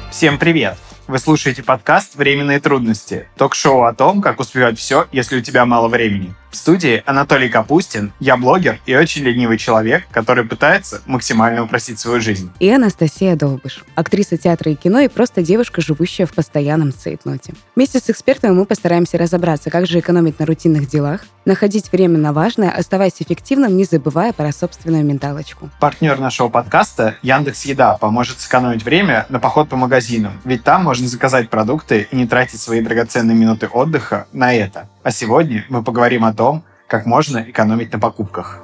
Всем привет! Вы слушаете подкаст «Временные трудности» — ток-шоу о том, как успевать все, если у тебя мало времени. В студии Анатолий Капустин, я блогер и очень ленивый человек, который пытается максимально упростить свою жизнь. И Анастасия Долбыш, актриса театра и кино и просто девушка, живущая в постоянном цейтноте. Вместе с экспертами мы постараемся разобраться, как же экономить на рутинных делах, находить время на важное, оставаясь эффективным, не забывая про собственную менталочку. Партнер нашего подкаста Яндекс.Еда поможет сэкономить время на поход по магазинам, ведь там можно заказать продукты и не тратить свои драгоценные минуты отдыха на это. А сегодня мы поговорим о том, как можно экономить на покупках.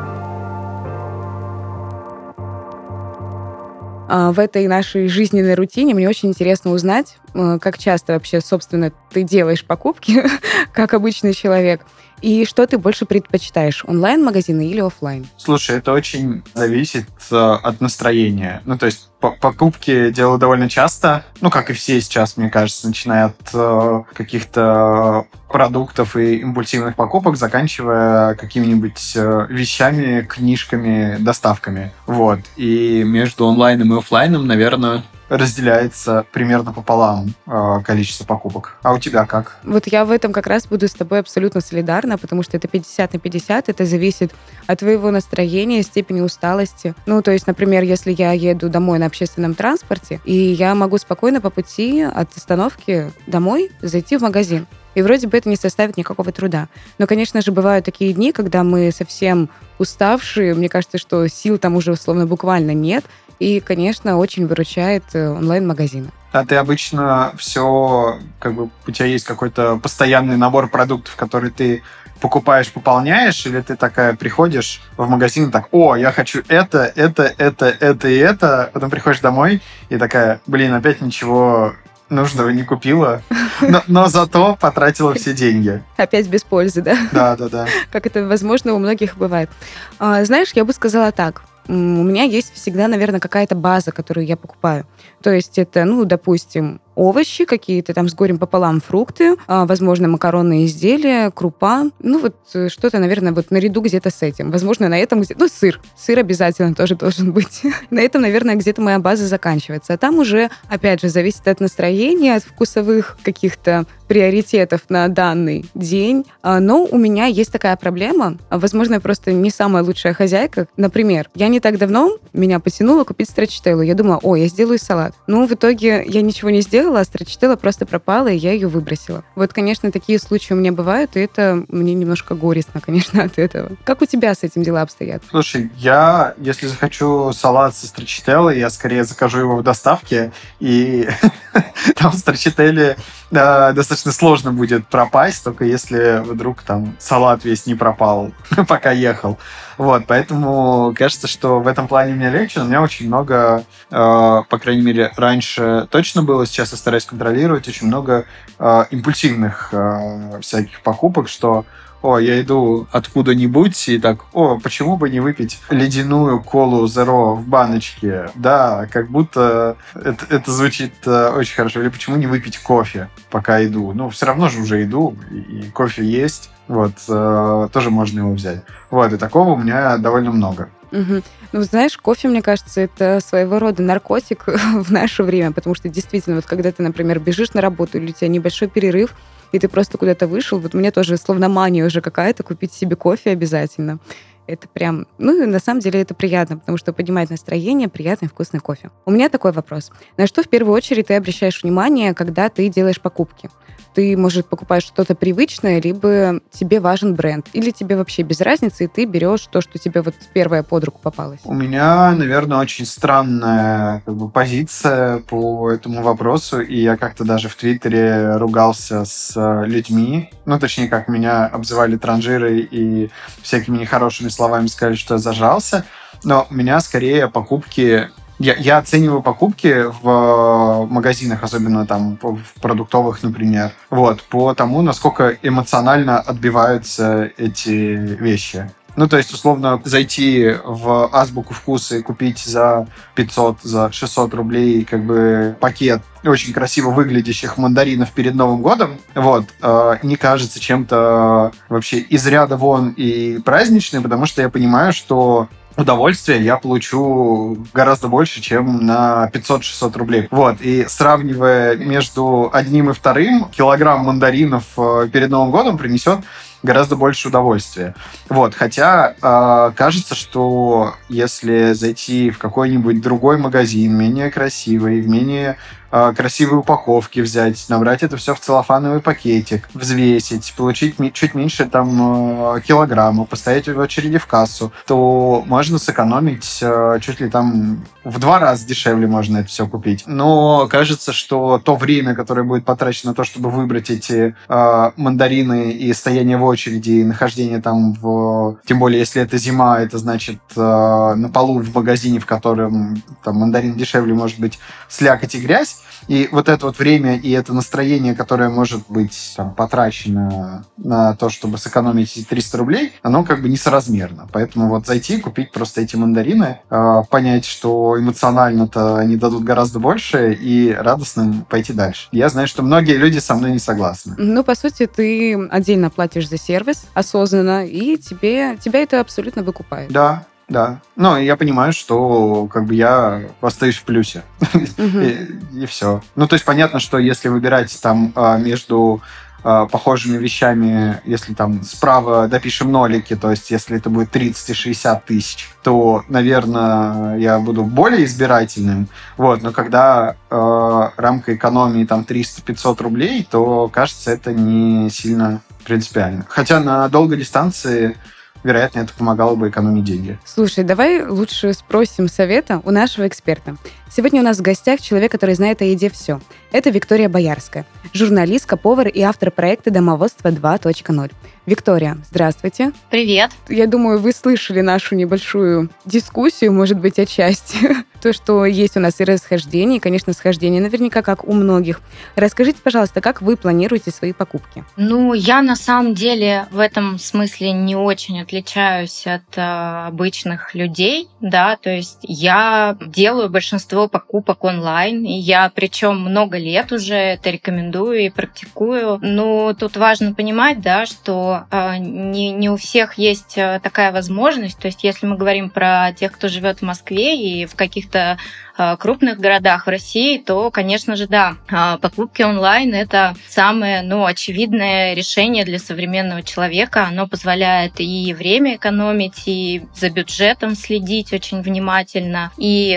В этой нашей жизненной рутине мне очень интересно узнать, как часто вообще, собственно, ты делаешь покупки, как обычный человек, и что ты больше предпочитаешь, онлайн-магазины или офлайн? Слушай, это очень зависит от настроения. То есть покупки делаю довольно часто, как и все сейчас, мне кажется, начиная от каких-то продуктов и импульсивных покупок, заканчивая какими-нибудь вещами, книжками, доставками. Вот. И между онлайном и офлайном, наверное, разделяется примерно пополам количество покупок. А у тебя как? Вот я в этом как раз буду с тобой абсолютно солидарна, потому что это 50 на 50, это зависит от твоего настроения, степени усталости. То есть, например, если я еду домой на общественном транспорте, и я могу спокойно по пути от остановки домой зайти в магазин. И вроде бы это не составит никакого труда. Но, конечно же, бывают такие дни, когда мы совсем уставшие, мне кажется, что сил там уже условно буквально нет, и, конечно, очень выручает онлайн-магазины. А ты обычно все, у тебя есть какой-то постоянный набор продуктов, который ты покупаешь, пополняешь, или ты такая приходишь в магазин и так: о, я хочу это и это, потом приходишь домой и такая: опять ничего нужного не купила, но зато потратила все деньги. Опять без пользы, да? Да. Как это, возможно, у многих бывает. Знаешь, я бы сказала так. У меня есть всегда, наверное, какая-то база, которую я покупаю. То есть это, допустим, овощи какие-то, там с горем пополам фрукты, возможно, макаронные изделия, крупа. Что-то, наверное, наряду где-то с этим. Возможно, на этом где-то... сыр. Сыр обязательно тоже должен быть. На этом, наверное, где-то моя база заканчивается. А там уже, опять же, зависит от настроения, от вкусовых каких-то приоритетов на данный день. Но у меня есть такая проблема. Возможно, я просто не самая лучшая хозяйка. Например, я не так давно меня потянуло купить страчителлу. Я думала: я сделаю салат. В итоге я ничего не сделала, а страчителла просто пропала, и я ее выбросила. Вот, конечно, такие случаи у меня бывают, и это мне немножко горестно, конечно, от этого. Как у тебя с этим дела обстоят? Слушай, если захочу салат со страчителлой, я скорее закажу его в доставке, и там страчителле достаточно сложно будет пропасть, только если вдруг там салат весь не пропал, пока ехал. Вот, поэтому кажется, что в этом плане мне легче, но у меня очень много, по крайней мере, раньше точно было, сейчас я стараюсь контролировать, очень много импульсивных всяких покупок, что я иду откуда-нибудь и так: почему бы не выпить ледяную колу Zero в баночке? Да, как будто это звучит очень хорошо. Или почему не выпить кофе, пока иду? Все равно же уже иду, и кофе есть. Вот, тоже можно его взять. Вот, и такого у меня довольно много. Угу. Знаешь, кофе, мне кажется, это своего рода наркотик в наше время, потому что действительно, когда ты, например, бежишь на работу, или у тебя небольшой перерыв, и ты просто куда-то вышел, у меня тоже словно мания уже какая-то, купить себе кофе обязательно. Это прям... и на самом деле это приятно, потому что поднимает настроение, приятный вкусный кофе. У меня такой вопрос. На что в первую очередь ты обращаешь внимание, когда ты делаешь покупки? Ты, может, покупаешь что-то привычное, либо тебе важен бренд, или тебе вообще без разницы, и ты берешь то, что тебе первое под руку попалось? У меня, наверное, очень странная позиция по этому вопросу, и я как-то даже в Твиттере ругался с людьми, точнее, как меня обзывали транжирой и всякими нехорошими словами сказали, что я зажрался, но у меня скорее покупки... Я оцениваю покупки в магазинах, особенно там в продуктовых, например, по тому, насколько эмоционально отбиваются эти вещи. То есть, условно, зайти в Азбуку вкуса и купить за 500, за 600 рублей пакет очень красиво выглядящих мандаринов перед Новым годом, не кажется чем-то вообще из ряда вон и праздничным, потому что я понимаю, что удовольствия я получу гораздо больше, чем на 500-600 рублей. Вот. И сравнивая между одним и вторым, килограмм мандаринов перед Новым годом принесет гораздо больше удовольствия. Вот. Хотя кажется, что если зайти в какой-нибудь другой магазин, менее красивый, в менее красивые упаковки взять, набрать это все в целлофановый пакетик, взвесить, получить чуть меньше килограмма, поставить в очереди в кассу, то можно сэкономить чуть ли там в 2 раза дешевле можно это все купить. Но кажется, что то время, которое будет потрачено на то, чтобы выбрать эти мандарины и стояние в очереди, и нахождение там тем более, если это зима, это значит на полу в магазине, в котором там мандарин дешевле, может быть, слякоть и грязь. И вот это вот время и это настроение, которое может быть там потрачено на то, чтобы сэкономить эти 300 рублей, оно как бы несоразмерно. Поэтому вот зайти, купить просто эти мандарины, понять, что эмоционально-то они дадут гораздо больше, и радостным пойти дальше. Я знаю, что многие люди со мной не согласны. Ну, по сути, ты отдельно платишь за сервис осознанно, и тебя это абсолютно выкупает. Да. Да. Но я понимаю, что как бы я остаюсь в плюсе. И все. Ну, то есть понятно, что если выбирать там между похожими вещами, если там справа допишем нолики, то есть если это будет 30 и 60 тысяч, то, наверное, я буду более избирательным. Вот. Но когда рамка экономии там 300-500 рублей, то, кажется, это не сильно принципиально. Хотя на долгой дистанции вероятно, это помогало бы экономить деньги. Слушай, давай лучше спросим совета у нашего эксперта. Сегодня у нас в гостях человек, который знает о еде все. Это Виктория Боярская, журналистка, повар и автор проекта «Домоводство 2.0». Виктория, здравствуйте. Привет. Я думаю, вы слышали нашу небольшую дискуссию, может быть, отчасти. То, что есть у нас и расхождение, и, конечно, схождение наверняка, как у многих. Расскажите, пожалуйста, как вы планируете свои покупки? Ну, я на самом деле в этом смысле не очень отличаюсь от обычных людей, да, то есть я делаю большинство покупок онлайн, и я причем много лет уже это рекомендую и практикую. Но тут важно понимать, да, что не у всех есть такая возможность. То есть если мы говорим про тех, кто живет в Москве и в каких-то крупных городах в России, то, конечно же, да, покупки онлайн — это самое, очевидное решение для современного человека. Оно позволяет и время экономить, и за бюджетом следить очень внимательно, и,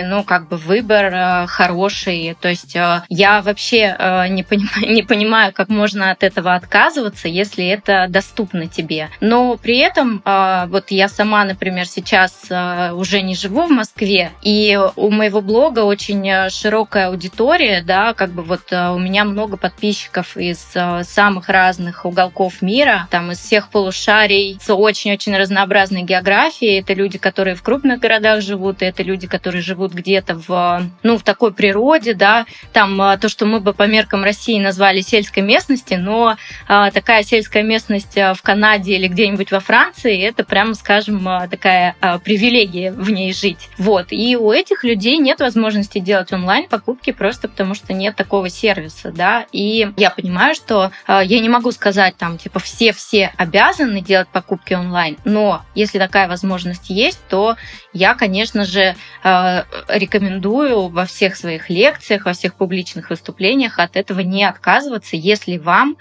выбор хороший. То есть я вообще не понимаю, как можно от этого отказываться, если это доступно тебе. Но при этом вот я сама, например, сейчас уже не живу в Москве, и у моего блога очень широкая аудитория, да, у меня много подписчиков из самых разных уголков мира, там из всех полушарий, с очень-очень разнообразной географией. Это люди, которые в крупных городах живут, и это люди, которые живут где-то в такой природе, да, там то, что мы бы по меркам России назвали сельской местности, но такая сельская местность в Канаде или где-нибудь во Франции, это, прямо скажем, такая привилегия в ней жить. Вот. И у этих людей нет возможности делать онлайн-покупки просто потому, что нет такого сервиса, да. И я понимаю, что я не могу сказать, все обязаны делать покупки онлайн, но если такая возможность есть, то я, конечно же, рекомендую во всех своих лекциях, во всех публичных выступлениях от этого не отказываться, если вам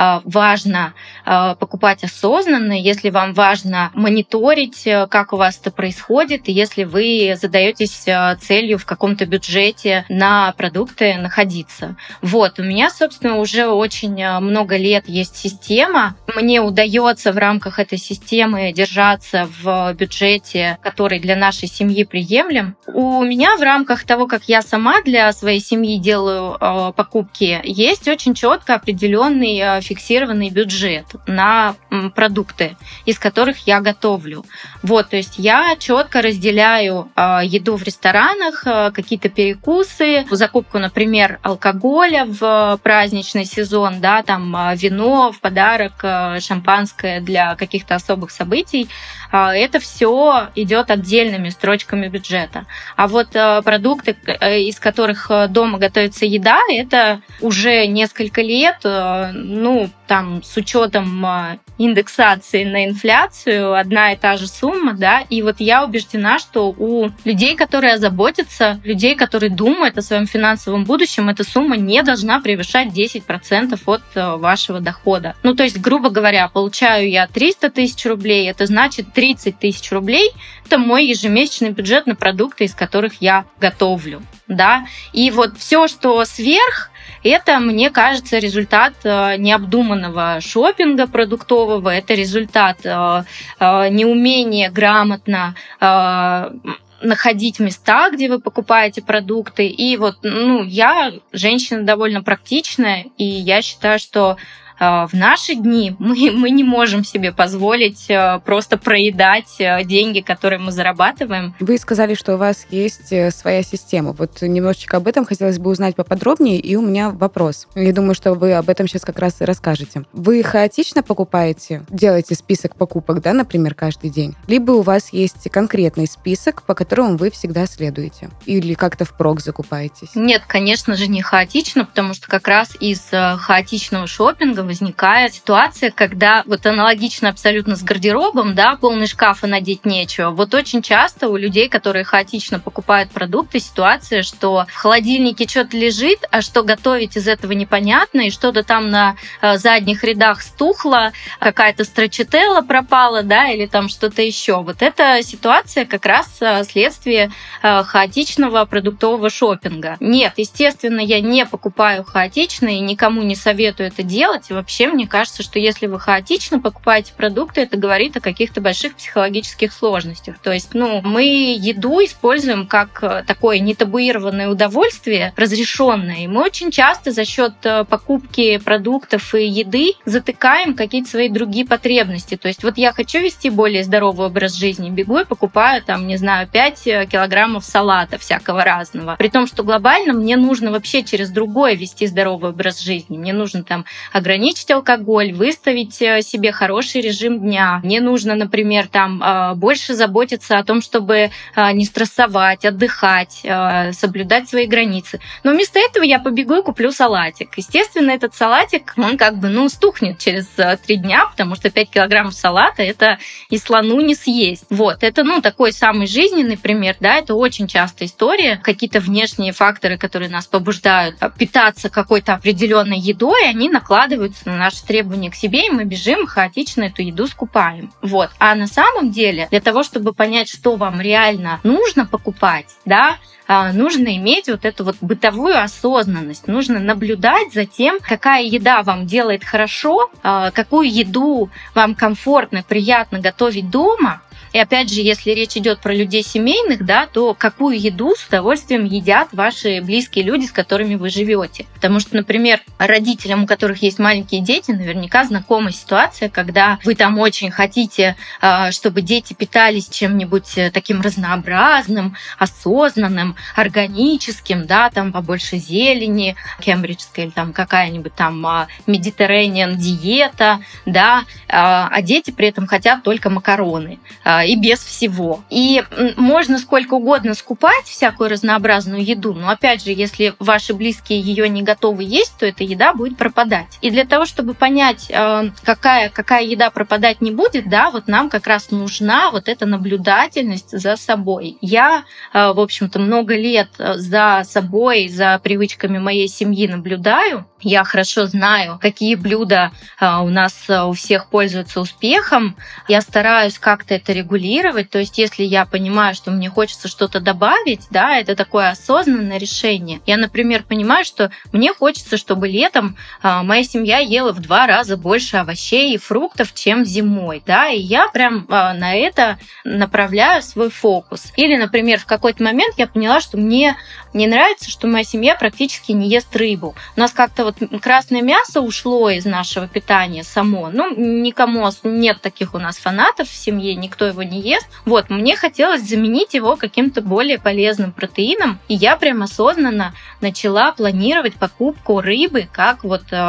важно покупать осознанно, если вам важно мониторить, как у вас это происходит, и если вы задаетесь целью в каком-то бюджете на продукты находиться. Вот, у меня, собственно, уже очень много лет есть система. Мне удается в рамках этой системы держаться в бюджете, который для нашей семьи приемлем. У меня в рамках того, как я сама для своей семьи делаю покупки, есть очень четко определенный фиксированный бюджет на продукты, из которых я готовлю. Вот, то есть я четко разделяю еду в ресторанах, какие-то перекусы, закупку, например, алкоголя в праздничный сезон, да, там вино в подарок, шампанское для каких-то особых событий. Это все идет отдельными строчками бюджета. А вот продукты, из которых дома готовится еда, это уже несколько лет, там с учетом индексации на инфляцию одна и та же сумма, да, и вот я убеждена, что у людей, которые озаботятся, людей, которые думают о своем финансовом будущем, эта сумма не должна превышать 10% от вашего дохода. Ну, то есть, грубо говоря, получаю я 300 тысяч рублей, это значит 30 тысяч рублей – это мой ежемесячный бюджет на продукты, из которых я готовлю, да, и вот все, что сверх, это, мне кажется, результат необдуманного шопинга продуктового, это результат неумения грамотно находить места, где вы покупаете продукты. И вот, я женщина довольно практичная, и я считаю, что в наши дни мы не можем себе позволить просто проедать деньги, которые мы зарабатываем. Вы сказали, что у вас есть своя система. Вот немножечко об этом хотелось бы узнать поподробнее, и у меня вопрос. Я думаю, что вы об этом сейчас как раз и расскажете. Вы хаотично покупаете? Делаете список покупок, да, например, каждый день? Либо у вас есть конкретный список, по которому вы всегда следуете? Или как-то впрок закупаетесь? Нет, конечно же, не хаотично, потому что как раз из хаотичного шопинга возникает ситуация, когда вот аналогично абсолютно с гардеробом, да, полный шкаф и надеть нечего. Вот очень часто у людей, которые хаотично покупают продукты, ситуация, что в холодильнике что-то лежит, а что готовить из этого непонятно, и что-то там на задних рядах стухло, какая-то страчителла пропала, да, или там что-то еще. Вот эта ситуация как раз следствие хаотичного продуктового шопинга. Нет, естественно, я не покупаю хаотично и никому не советую это делать. Вообще, мне кажется, что если вы хаотично покупаете продукты, это говорит о каких-то больших психологических сложностях. То есть, мы еду используем как такое нетабуированное удовольствие, разрешенное. И мы очень часто за счет покупки продуктов и еды затыкаем какие-то свои другие потребности. То есть, вот я хочу вести более здоровый образ жизни, бегу и покупаю, 5 килограммов салата всякого разного. При том, что глобально мне нужно вообще через другое вести здоровый образ жизни. Мне нужно ограничить алкоголь, выставить себе хороший режим дня. Мне нужно, например, больше заботиться о том, чтобы не стрессовать, отдыхать, соблюдать свои границы. Но вместо этого я побегу и куплю салатик. Естественно, этот салатик, он стухнет через 3 дня, потому что 5 килограммов салата это и слону не съесть. Вот, это, такой самый жизненный пример, да, это очень частая история. Какие-то внешние факторы, которые нас побуждают питаться какой-то определенной едой, они накладываются на наши требования к себе, и мы бежим хаотично эту еду скупаем. Вот. А на самом деле, для того, чтобы понять, что вам реально нужно покупать, да, нужно иметь вот эту вот бытовую осознанность, нужно наблюдать за тем, какая еда вам делает хорошо, какую еду вам комфортно, приятно готовить дома. И опять же, если речь идет про людей семейных, да, то какую еду с удовольствием едят ваши близкие люди, с которыми вы живете. Потому что, например, родителям, у которых есть маленькие дети, наверняка знакома ситуация, когда вы очень хотите, чтобы дети питались чем-нибудь таким разнообразным, осознанным, органическим, да, побольше зелени, кембриджская или какая-нибудь медитеррейниан диета, да, а дети при этом хотят только макароны. И без всего. И можно сколько угодно скупать всякую разнообразную еду, но опять же, если ваши близкие ее не готовы есть, то эта еда будет пропадать. И для того, чтобы понять, какая еда пропадать не будет, да, вот нам как раз нужна вот эта наблюдательность за собой. Я, в общем-то, много лет за собой, за привычками моей семьи наблюдаю. Я хорошо знаю, какие блюда у нас у всех пользуются успехом. Я стараюсь как-то это регулировать. То есть, если я понимаю, что мне хочется что-то добавить, да, это такое осознанное решение. Я, например, понимаю, что мне хочется, чтобы летом моя семья ела в 2 раза больше овощей и фруктов, чем зимой, да, и я прям на это направляю свой фокус. Или, например, в какой-то момент я поняла, что мне не нравится, что моя семья практически не ест рыбу. У нас как-то красное мясо ушло из нашего питания само. Никому нет таких у нас фанатов в семье, никто его не ест. Вот, мне хотелось заменить его каким-то более полезным протеином, и я прям осознанно начала планировать покупку рыбы как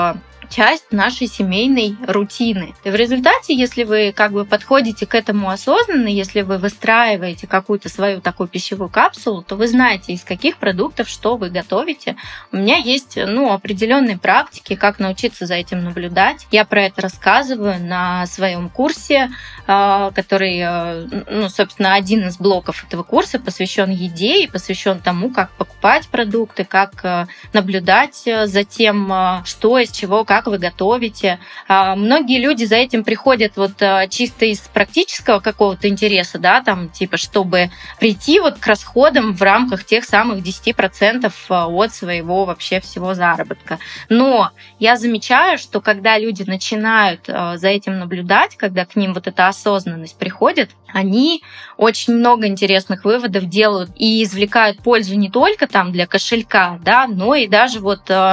часть нашей семейной рутины. И в результате, если вы как бы подходите к этому осознанно, если вы выстраиваете какую-то свою такую пищевую капсулу, то вы знаете, из каких продуктов что вы готовите. У меня есть определенные практики, как научиться за этим наблюдать. Я про это рассказываю на своем курсе, который, собственно, один из блоков этого курса посвящен еде и посвящен тому, как покупать продукты, как наблюдать за тем, что, из чего, как вы готовите. Многие люди за этим приходят чисто из практического какого-то интереса, да, чтобы прийти к расходам в рамках тех самых 10% от своего вообще всего заработка. Но я замечаю, что когда люди начинают за этим наблюдать, когда к ним эта осознанность приходит, они очень много интересных выводов делают и извлекают пользу не только для кошелька, да, но и даже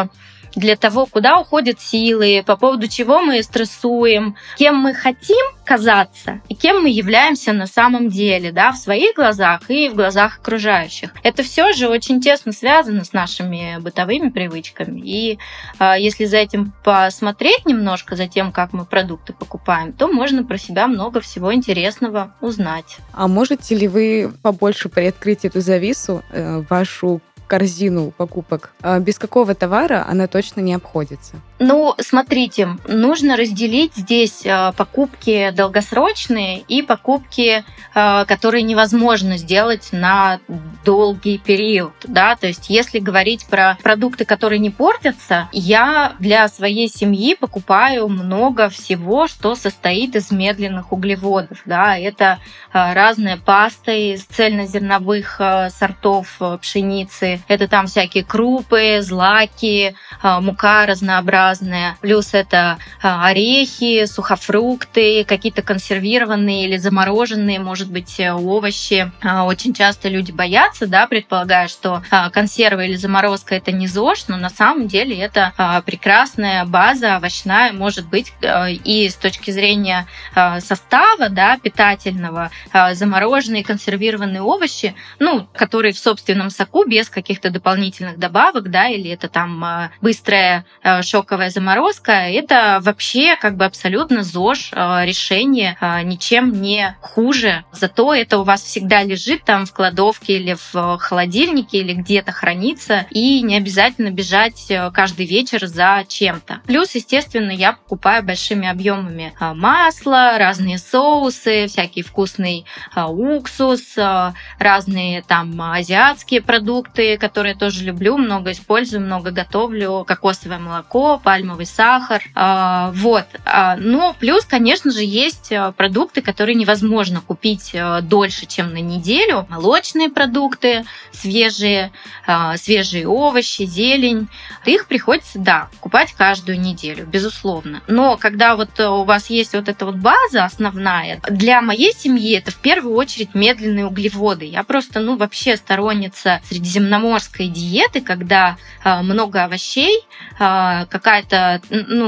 для того, куда уходят силы, по поводу чего мы стрессуем, кем мы хотим казаться и кем мы являемся на самом деле, да, в своих глазах и в глазах окружающих. Это все же очень тесно связано с нашими бытовыми привычками. И если за этим посмотреть немножко, за тем, как мы продукты покупаем, то можно про себя много всего интересного узнать. А можете ли вы побольше приоткрыть эту завесу, вашу корзину покупок? Без какого товара она точно не обходится? Смотрите, нужно разделить здесь покупки долгосрочные и покупки, которые невозможно сделать на долгий период. Да? То есть, если говорить про продукты, которые не портятся, я для своей семьи покупаю много всего, что состоит из медленных углеводов. Да? Это разные пасты из цельнозерновых сортов пшеницы, это там всякие крупы, злаки, мука разнообразная, плюс это орехи, сухофрукты, какие-то консервированные или замороженные, может быть, овощи. Очень часто люди боятся, да, предполагая, что консерва или заморозка — это не ЗОЖ, но на самом деле это прекрасная база овощная, может быть, и с точки зрения состава, да, питательного, замороженные, консервированные овощи, которые в собственном соку, без каких-то дополнительных добавок, да, или это быстрая шоковая заморозка, это вообще абсолютно ЗОЖ решение, ничем не хуже. Зато это у вас всегда лежит в кладовке или в холодильнике, или где-то хранится, и не обязательно бежать каждый вечер за чем-то. Плюс, естественно, я покупаю большими объемами масла, разные соусы, всякий вкусный уксус, разные азиатские продукты, которые я тоже люблю, много использую, много готовлю, кокосовое молоко, пальмовый сахар. Но плюс, конечно же, есть продукты, которые невозможно купить дольше, чем на неделю. Молочные продукты, свежие овощи, зелень. Их приходится, да, покупать каждую неделю, безусловно. Но когда у вас есть эта база основная, для моей семьи это в первую очередь медленные углеводы. Я просто, вообще сторонница средиземноморской диеты, когда много овощей, какая-то,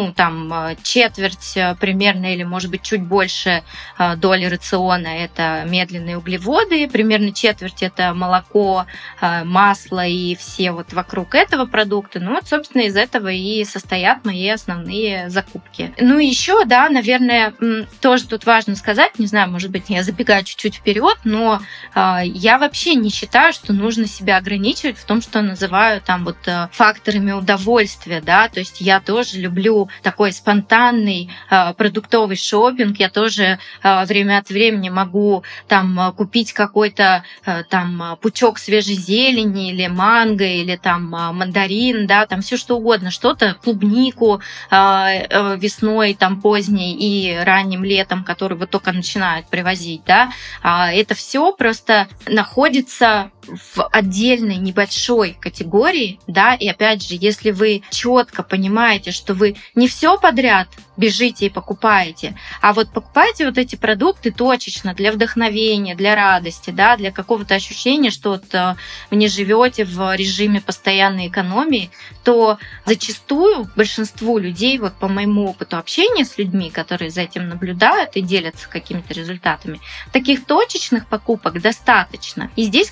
четверть примерно или, может быть, чуть больше доли рациона — это медленные углеводы, примерно четверть — это молоко, масло и все вокруг этого продукта. Собственно, из этого и состоят мои основные закупки. Еще, да, наверное, тоже тут важно сказать, не знаю, может быть, я забегаю чуть-чуть вперед, но я вообще не считаю, что нужно себя ограничивать в том, что называю факторами удовольствия, да, то есть я тоже люблю такой спонтанный продуктовый шопинг, я тоже время от времени могу купить какой-то пучок свежей зелени или манго, или мандарин, да, все что угодно, что-то, клубнику весной, поздней и ранним летом, который только начинают привозить, да, это все просто находится в отдельной небольшой категории, да, и опять же, если вы четко понимаете, что вы не все подряд бежите и покупаете, а покупаете эти продукты точечно для вдохновения, для радости, да, для какого-то ощущения, что вы не живете в режиме постоянной экономии, то зачастую большинству людей, по моему опыту общения с людьми, которые за этим наблюдают и делятся какими-то результатами, таких точечных покупок достаточно. И здесь, кстати,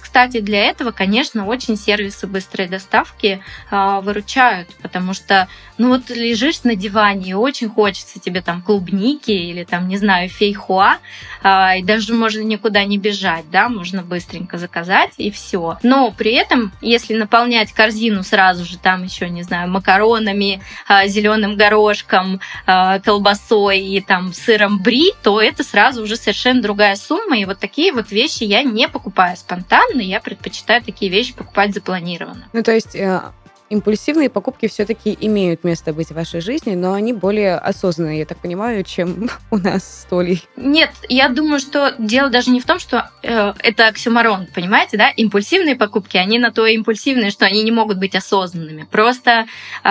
для этого, конечно, очень сервисы быстрой доставки выручают, потому что, ну вот лежишь на диване, и очень хочется тебе там клубники или там, не знаю, фейхоа, и даже можно никуда не бежать, да, можно быстренько заказать и все. Но при этом, если наполнять корзину сразу же там еще, не знаю, макаронами, зеленым горошком, колбасой и там сыром бри, то это сразу уже совершенно другая сумма. И вот такие вот вещи я не покупаю спонтанно, я предпочитаю такие вещи покупать запланированно. Ну, то есть импульсивные покупки все-таки имеют место быть в вашей жизни, но они более осознанные, я так понимаю, чем у нас с Толей. Нет, я думаю, что дело даже не в том, что это оксюморон, понимаете, да? Импульсивные покупки, они на то и импульсивные, что они не могут быть осознанными. Просто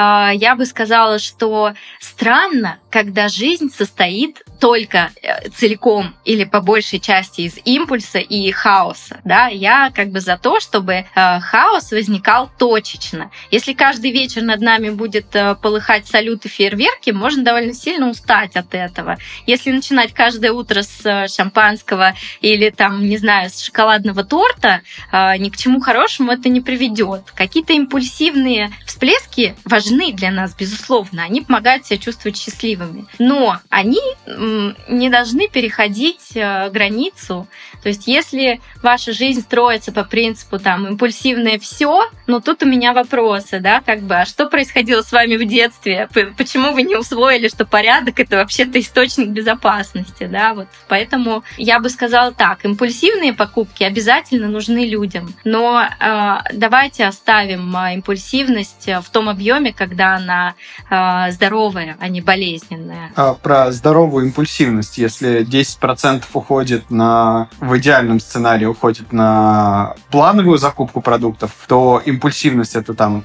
я бы сказала, что странно, когда жизнь состоит только целиком или по большей части из импульса и хаоса, да? Я как бы за то, чтобы хаос возникал точечно. Если каждый вечер над нами будет полыхать салют и фейерверки, можно довольно сильно устать от этого. Если начинать каждое утро с шампанского или там, не знаю, с шоколадного торта, ни к чему хорошему это не приведет. Какие-то импульсивные всплески важны для нас, безусловно. Они помогают себя чувствовать счастливыми. Но они не должны переходить границу. То есть если ваша жизнь строится по принципу там импульсивное все, но тут у меня вопросы, да, как бы, а что происходило с вами в детстве? Почему вы не усвоили, что порядок — это вообще-то источник безопасности, да, вот. Поэтому я бы сказала так, импульсивные покупки обязательно нужны людям, но давайте оставим импульсивность в том объеме, когда она здоровая, а не болезненная. Про здоровую импульсивность, если 10% уходит в идеальном сценарии уходит на плановую закупку продуктов, то импульсивность это там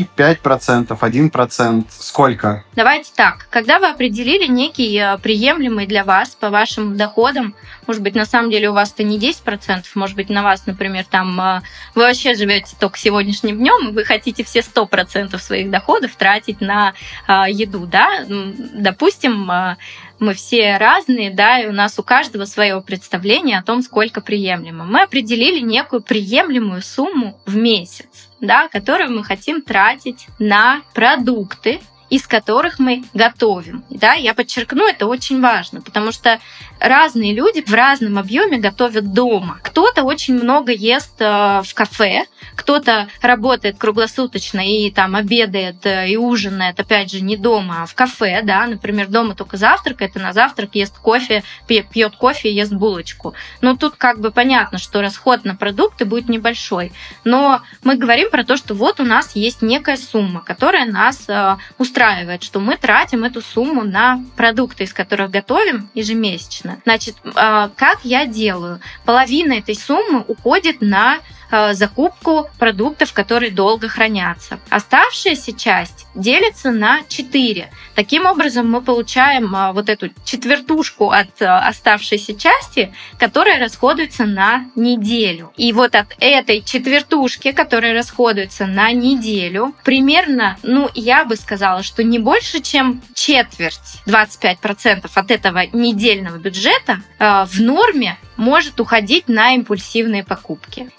3-5%, 1%. Сколько? Давайте так. Когда вы определили некий приемлемый для вас по вашим доходам, может быть, на самом деле у вас это не 10%, может быть, на вас, например, там вы вообще живете только сегодняшним днем, и вы хотите все 100% своих доходов тратить на еду, да? Допустим, мы все разные, да, и у нас у каждого свое представление о том, сколько приемлемо. Мы определили некую приемлемую сумму в месяц, да, которую мы хотим тратить на продукты, из которых мы готовим. Да, я подчеркну, это очень важно, потому что разные люди в разном объеме готовят дома. Кто-то очень много ест в кафе, кто-то работает круглосуточно и там обедает и ужинает, опять же, не дома, а в кафе, да, например, дома только завтракает, и на завтрак ест кофе, пьет кофе и ест булочку. Но тут как бы понятно, что расход на продукты будет небольшой. Но мы говорим про то, что вот у нас есть некая сумма, которая нас устраивает, что мы тратим эту сумму на продукты, из которых готовим ежемесячно. Значит, как я делаю? Половина этой суммы уходит на закупку продуктов, которые долго хранятся. Оставшаяся часть делится на 4. Таким образом, мы получаем вот эту четвертушку от оставшейся части, которая расходуется на неделю. И вот от этой четвертушки, которая расходуется на неделю, примерно, я бы сказала, что не больше, чем четверть, 25% от этого недельного бюджета в норме может уходить на импульсивные покупки.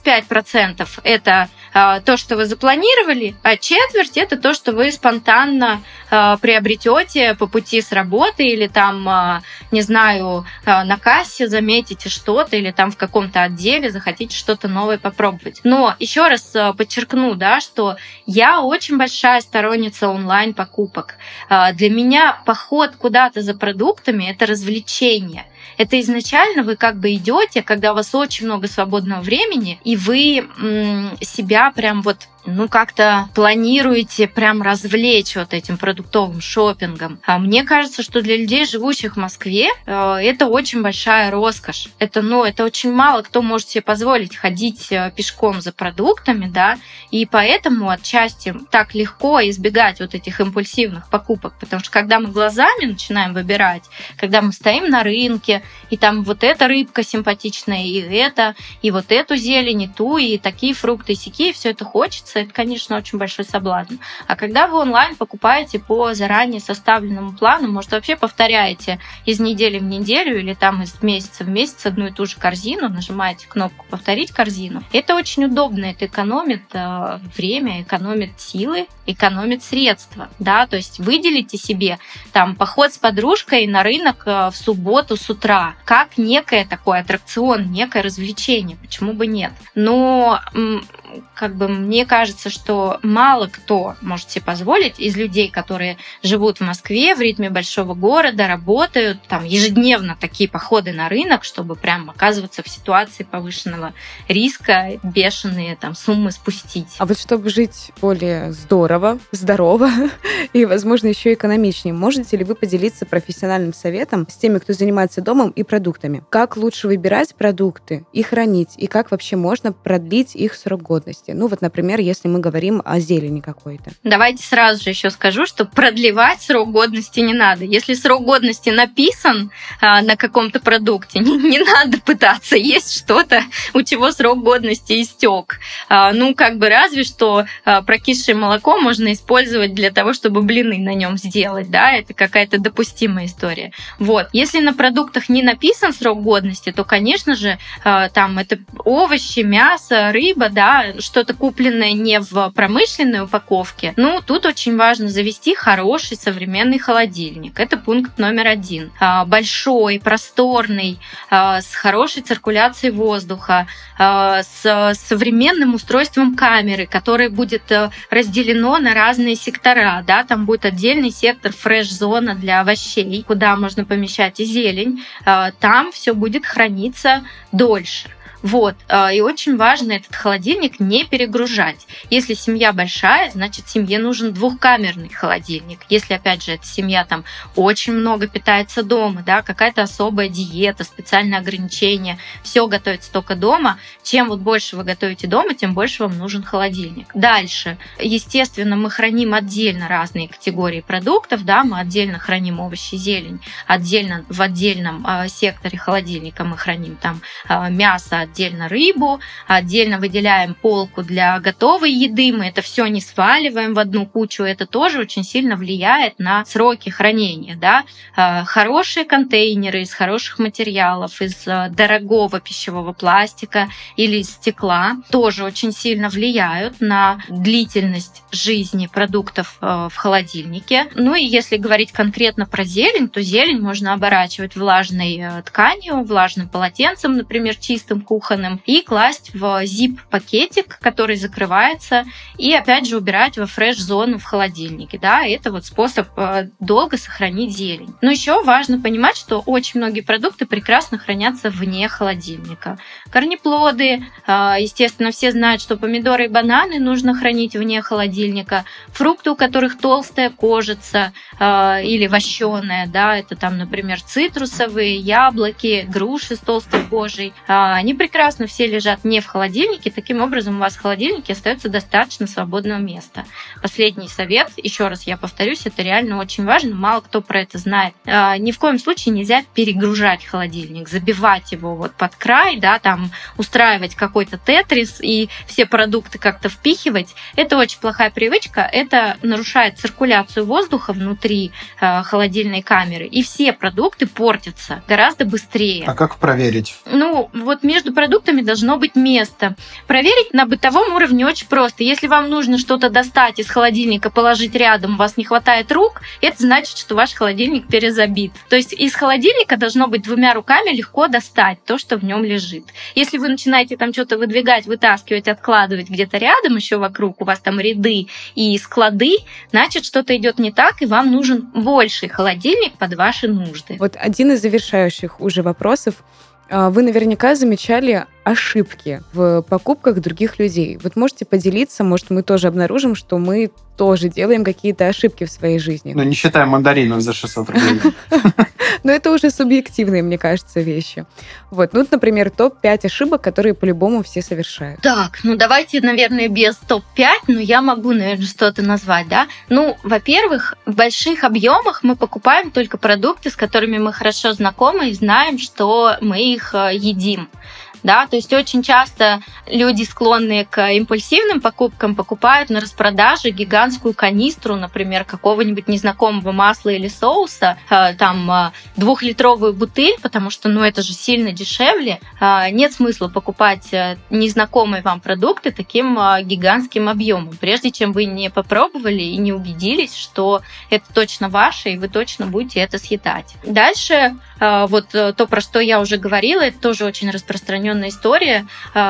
75% это то, что вы запланировали, а четверть это то, что вы спонтанно приобретете по пути с работы или там, не знаю, на кассе заметите что-то или там в каком-то отделе захотите что-то новое попробовать. Но еще раз подчеркну, да, что я очень большая сторонница онлайн-покупок. Для меня поход куда-то за продуктами – это развлечение. Это изначально вы как бы идете, когда у вас очень много свободного времени, и вы себя прям вот как-то планируете прям развлечь вот этим продуктовым шопингом. А мне кажется, что для людей, живущих в Москве, это очень большая роскошь. Это очень мало кто может себе позволить ходить пешком за продуктами, да, и поэтому отчасти так легко избегать вот этих импульсивных покупок, потому что когда мы глазами начинаем выбирать, когда мы стоим на рынке, и там вот эта рыбка симпатичная, и вот эту зелень, и ту, и такие фрукты, и сякие, все это хочется, пользоваться, это, конечно, очень большой соблазн. А когда вы онлайн покупаете по заранее составленному плану, может, вообще повторяете из недели в неделю или там из месяца в месяц одну и ту же корзину, нажимаете кнопку «Повторить корзину». Это очень удобно, это экономит время, экономит силы, экономит средства, да, то есть выделите себе там поход с подружкой на рынок в субботу с утра, как некое такой аттракцион, некое развлечение, почему бы нет. Но мне кажется, что мало кто может себе позволить из людей, которые живут в Москве в ритме большого города, работают, там ежедневно такие походы на рынок, чтобы прям оказываться в ситуации повышенного риска, бешеные там суммы спустить. А вот чтобы жить более здорово, здорово и, возможно, еще экономичнее, можете ли вы поделиться профессиональным советом с теми, кто занимается домом и продуктами? Как лучше выбирать продукты и хранить, и как вообще можно продлить их срок годности? Ну вот, например, если мы говорим о зелени какой-то. Давайте сразу же еще скажу, что продлевать срок годности не надо. Если срок годности написан на каком-то продукте, не надо пытаться есть что-то, у чего срок годности истек. Разве что прокисшее молоко можно использовать для того, чтобы блины на нем сделать, да, это какая-то допустимая история. Вот. Если на продуктах не написан срок годности, то, конечно же, там это овощи, мясо, рыба, да, что-то купленное не в промышленной упаковке. Тут очень важно завести хороший современный холодильник. Это пункт номер 1. Большой, просторный, с хорошей циркуляцией воздуха, с современным устройством камеры, которое будет разделено на разные сектора. Да? Там будет отдельный сектор фреш-зона для овощей, куда можно помещать и зелень. Там все будет храниться дольше. Вот. И очень важно этот холодильник не перегружать. Если семья большая, значит, семье нужен двухкамерный холодильник. Если, опять же, эта семья там очень много питается дома, да, какая-то особая диета, специальное ограничение, все готовится только дома, чем вот больше вы готовите дома, тем больше вам нужен холодильник. Дальше. Естественно, мы храним отдельно разные категории продуктов, да, мы отдельно храним овощи, зелень, отдельно в отдельном секторе холодильника мы храним там мясо, отдельно рыбу, отдельно выделяем полку для готовой еды, мы это все не сваливаем в одну кучу, это тоже очень сильно влияет на сроки хранения. Да? Хорошие контейнеры из хороших материалов, из дорогого пищевого пластика или из стекла тоже очень сильно влияют на длительность жизни продуктов в холодильнике. Ну и если говорить конкретно про зелень, то зелень можно оборачивать влажной тканью, влажным полотенцем, например, чистым, кухонным, и класть в zip-пакетик, который закрывается, и опять же убирать во фреш-зону в холодильнике. Да? Это вот способ долго сохранить зелень. Но еще важно понимать, что очень многие продукты прекрасно хранятся вне холодильника. Корнеплоды, естественно, все знают, что помидоры и бананы нужно хранить вне холодильника. Фрукты, у которых толстая кожица или вощеная, да, это там, например, цитрусовые, яблоки, груши с толстой кожей, они прекрасно все лежат не в холодильнике, таким образом у вас в холодильнике остается достаточно свободного места. Последний совет, еще раз я повторюсь, это реально очень важно, мало кто про это знает. Ни в коем случае нельзя перегружать холодильник, забивать его вот под край, да, там устраивать какой-то тетрис и все продукты как-то впихивать. Это очень плохая привычка, это нарушает циркуляцию воздуха внутри холодильной камеры, и все продукты портятся гораздо быстрее. А как проверить? Вот между продуктами должно быть место. Проверить на бытовом уровне очень просто. Если вам нужно что-то достать из холодильника, положить рядом, у вас не хватает рук, это значит, что ваш холодильник перезабит. То есть из холодильника должно быть двумя руками легко достать то, что в нем лежит. Если вы начинаете там что-то выдвигать, вытаскивать, откладывать где-то рядом, еще вокруг, у вас там ряды и склады, значит, что-то идет не так, и вам нужен больший холодильник под ваши нужды. Вот один из завершающих уже вопросов. Вы наверняка замечали ошибки в покупках других людей. Вот можете поделиться, может, мы тоже обнаружим, что мы тоже делаем какие-то ошибки в своей жизни. Не считая мандаринов за 600 рублей. Но это уже субъективные, мне кажется, вещи. Вот, например, топ-5 ошибок, которые по-любому все совершают. Так, давайте, наверное, без топ-5, но я могу, наверное, что-то назвать, да? Во-первых, в больших объемах мы покупаем только продукты, с которыми мы хорошо знакомы и знаем, что мы их едим. да, то есть очень часто люди, склонные к импульсивным покупкам, покупают на распродаже гигантскую канистру, например, какого-нибудь незнакомого масла или соуса, там 2-литровую бутыль, потому что, это же сильно дешевле. Нет смысла покупать незнакомые вам продукты таким гигантским объемом, прежде чем вы не попробовали и не убедились, что это точно ваше, и вы точно будете это съедать. Дальше, вот то, про что я уже говорила, это тоже очень распространенная история,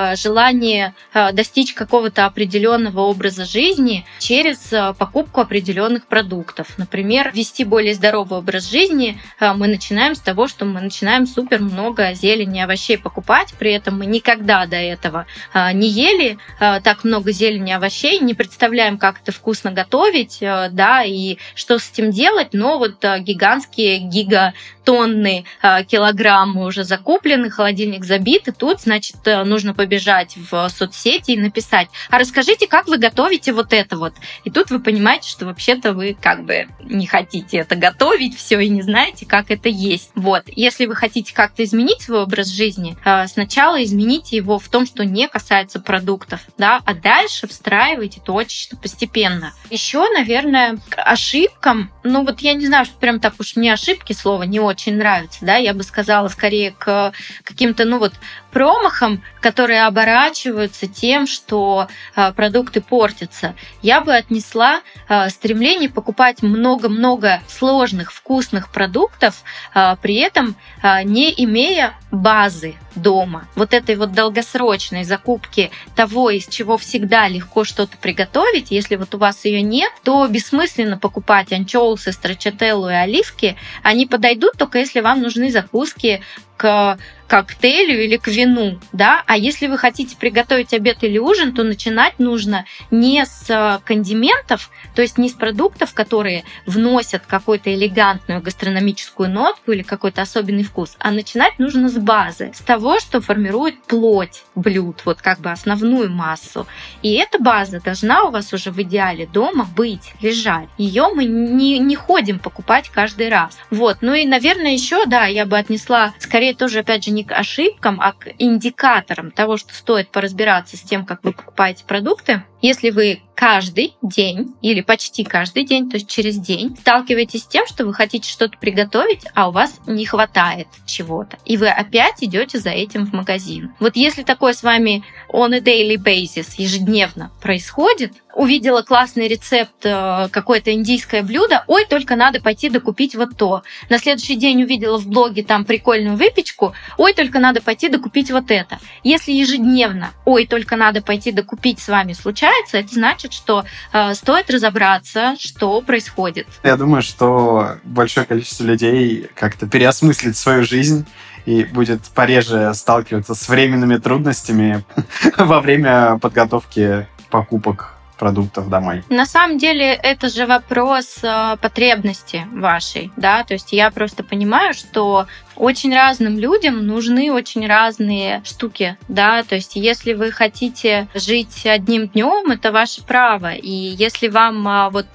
желание достичь какого-то определенного образа жизни через покупку определенных продуктов. Например, вести более здоровый образ жизни мы начинаем с того, что мы начинаем супер много зелени и овощей покупать, при этом мы никогда до этого не ели так много зелени и овощей, не представляем, как это вкусно готовить, да, и что с этим делать, но вот гигантские гигатонны, килограммы уже закуплены, холодильник забит, и тут, значит, нужно побежать в соцсети и написать: а расскажите, как вы готовите вот это вот. И тут вы понимаете, что вообще-то вы как бы не хотите это готовить все и не знаете, как это есть. Вот. Если вы хотите как-то изменить свой образ жизни, сначала измените его в том, что не касается продуктов, да, а дальше встраивайте это очень постепенно. Еще, наверное, к ошибкам, я не знаю, что прям так уж мне ошибки слово не очень нравится, да, я бы сказала скорее к каким-то, промахам, которые оборачиваются тем, что продукты портятся. Я бы отнесла стремление покупать много-много сложных, вкусных продуктов, при этом не имея базы дома. Вот этой вот долгосрочной закупки того, из чего всегда легко что-то приготовить, если вот у вас ее нет, то бессмысленно покупать анчоусы, стрacciatella и оливки. Они подойдут только если вам нужны закуски к коктейлю или к вину, да, а если вы хотите приготовить обед или ужин, то начинать нужно не с кондиментов, то есть не с продуктов, которые вносят какую-то элегантную гастрономическую нотку или какой-то особенный вкус, а начинать нужно с базы, с того, что формирует плоть блюд, вот как бы основную массу. И эта база должна у вас уже в идеале дома быть, лежать. Ее мы не ходим покупать каждый раз. Вот, и, наверное, еще, да, я бы отнесла скорее тоже, опять же, не к ошибкам, а к индикаторам того, что стоит поразбираться с тем, как вы покупаете продукты. Если вы каждый день или почти каждый день, то есть через день, сталкиваетесь с тем, что вы хотите что-то приготовить, а у вас не хватает чего-то, и вы опять идете за этим в магазин. Вот если такое с вами on a daily basis, ежедневно происходит, увидела классный рецепт, какое-то индийское блюдо, ой, только надо пойти докупить вот то. На следующий день увидела в блоге там прикольную выпечку, ой, только надо пойти докупить вот это. Если ежедневно, ой, только надо пойти докупить с вами случается, это значит, что стоит разобраться, что происходит. Я думаю, что большое количество людей как-то переосмыслит свою жизнь и будет пореже сталкиваться с временными трудностями во время подготовки покупок продуктов домой. На самом деле это же вопрос потребности вашей, да, то есть я просто понимаю, что очень разным людям нужны очень разные штуки, да, то есть если вы хотите жить одним днем, это ваше право, и если вам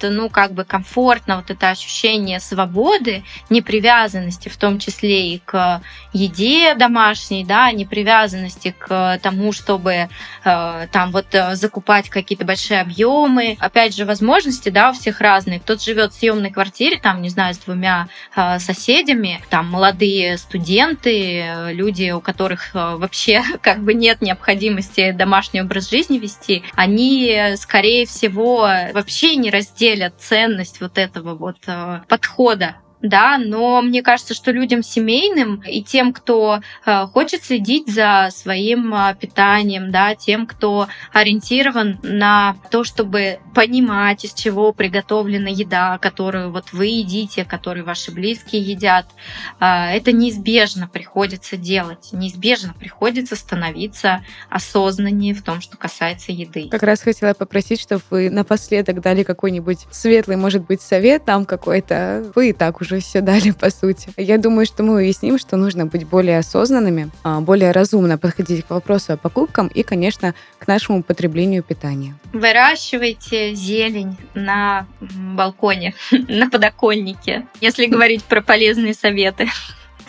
комфортно вот это ощущение свободы, непривязанности, в том числе и к еде домашней, да, непривязанности к тому, чтобы закупать какие-то большие объемы, опять же, возможности, да, у всех разные. Кто-то живет в съемной квартире, там, не знаю, с 2 соседями, там, молодые студенты, люди, у которых вообще как бы нет необходимости домашний образ жизни вести, они, скорее всего, вообще не разделят ценность вот этого вот подхода. Да, но мне кажется, что людям семейным и тем, кто хочет следить за своим питанием, да, тем, кто ориентирован на то, чтобы понимать, из чего приготовлена еда, которую вот вы едите, которую ваши близкие едят, это неизбежно приходится делать, неизбежно приходится становиться осознаннее в том, что касается еды. Как раз хотела попросить, чтобы вы напоследок дали какой-нибудь светлый, может быть, совет нам какой-то. Вы и так уже все дали, по сути. Я думаю, что мы уясним, что нужно быть более осознанными, более разумно подходить к вопросу о покупкам и, конечно, к нашему потреблению питания. Выращивайте зелень на балконе, на подоконнике, если говорить про полезные советы.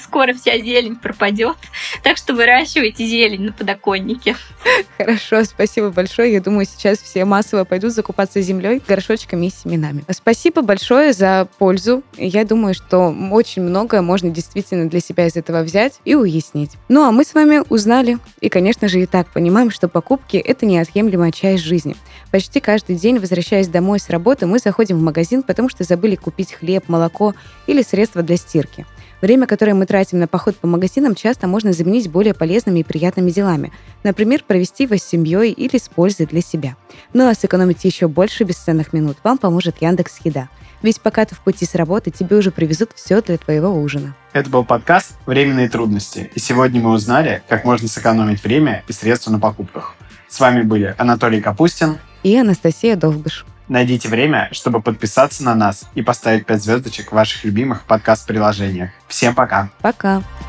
скоро вся зелень пропадет. Так что выращивайте зелень на подоконнике. Хорошо, спасибо большое. Я думаю, сейчас все массово пойдут закупаться землей, горшочками и семенами. Спасибо большое за пользу. Я думаю, что очень многое можно действительно для себя из этого взять и уяснить. Ну, а мы с вами узнали и, конечно же, и так понимаем, что покупки — это неотъемлемая часть жизни. Почти каждый день, возвращаясь домой с работы, мы заходим в магазин, потому что забыли купить хлеб, молоко или средства для стирки. Время, которое мы тратим на поход по магазинам, часто можно заменить более полезными и приятными делами. Например, провести его с семьей или с пользой для себя. Ну а сэкономить еще больше бесценных минут вам поможет Яндекс.Еда. Ведь пока ты в пути с работы, тебе уже привезут все для твоего ужина. Это был подкаст «Временные трудности». И сегодня мы узнали, как можно сэкономить время и средства на покупках. С вами были Анатолий Капустин И Анастасия Довбыш. Найдите время, чтобы подписаться на нас и поставить 5 звездочек в ваших любимых подкаст-приложениях. Всем пока! Пока!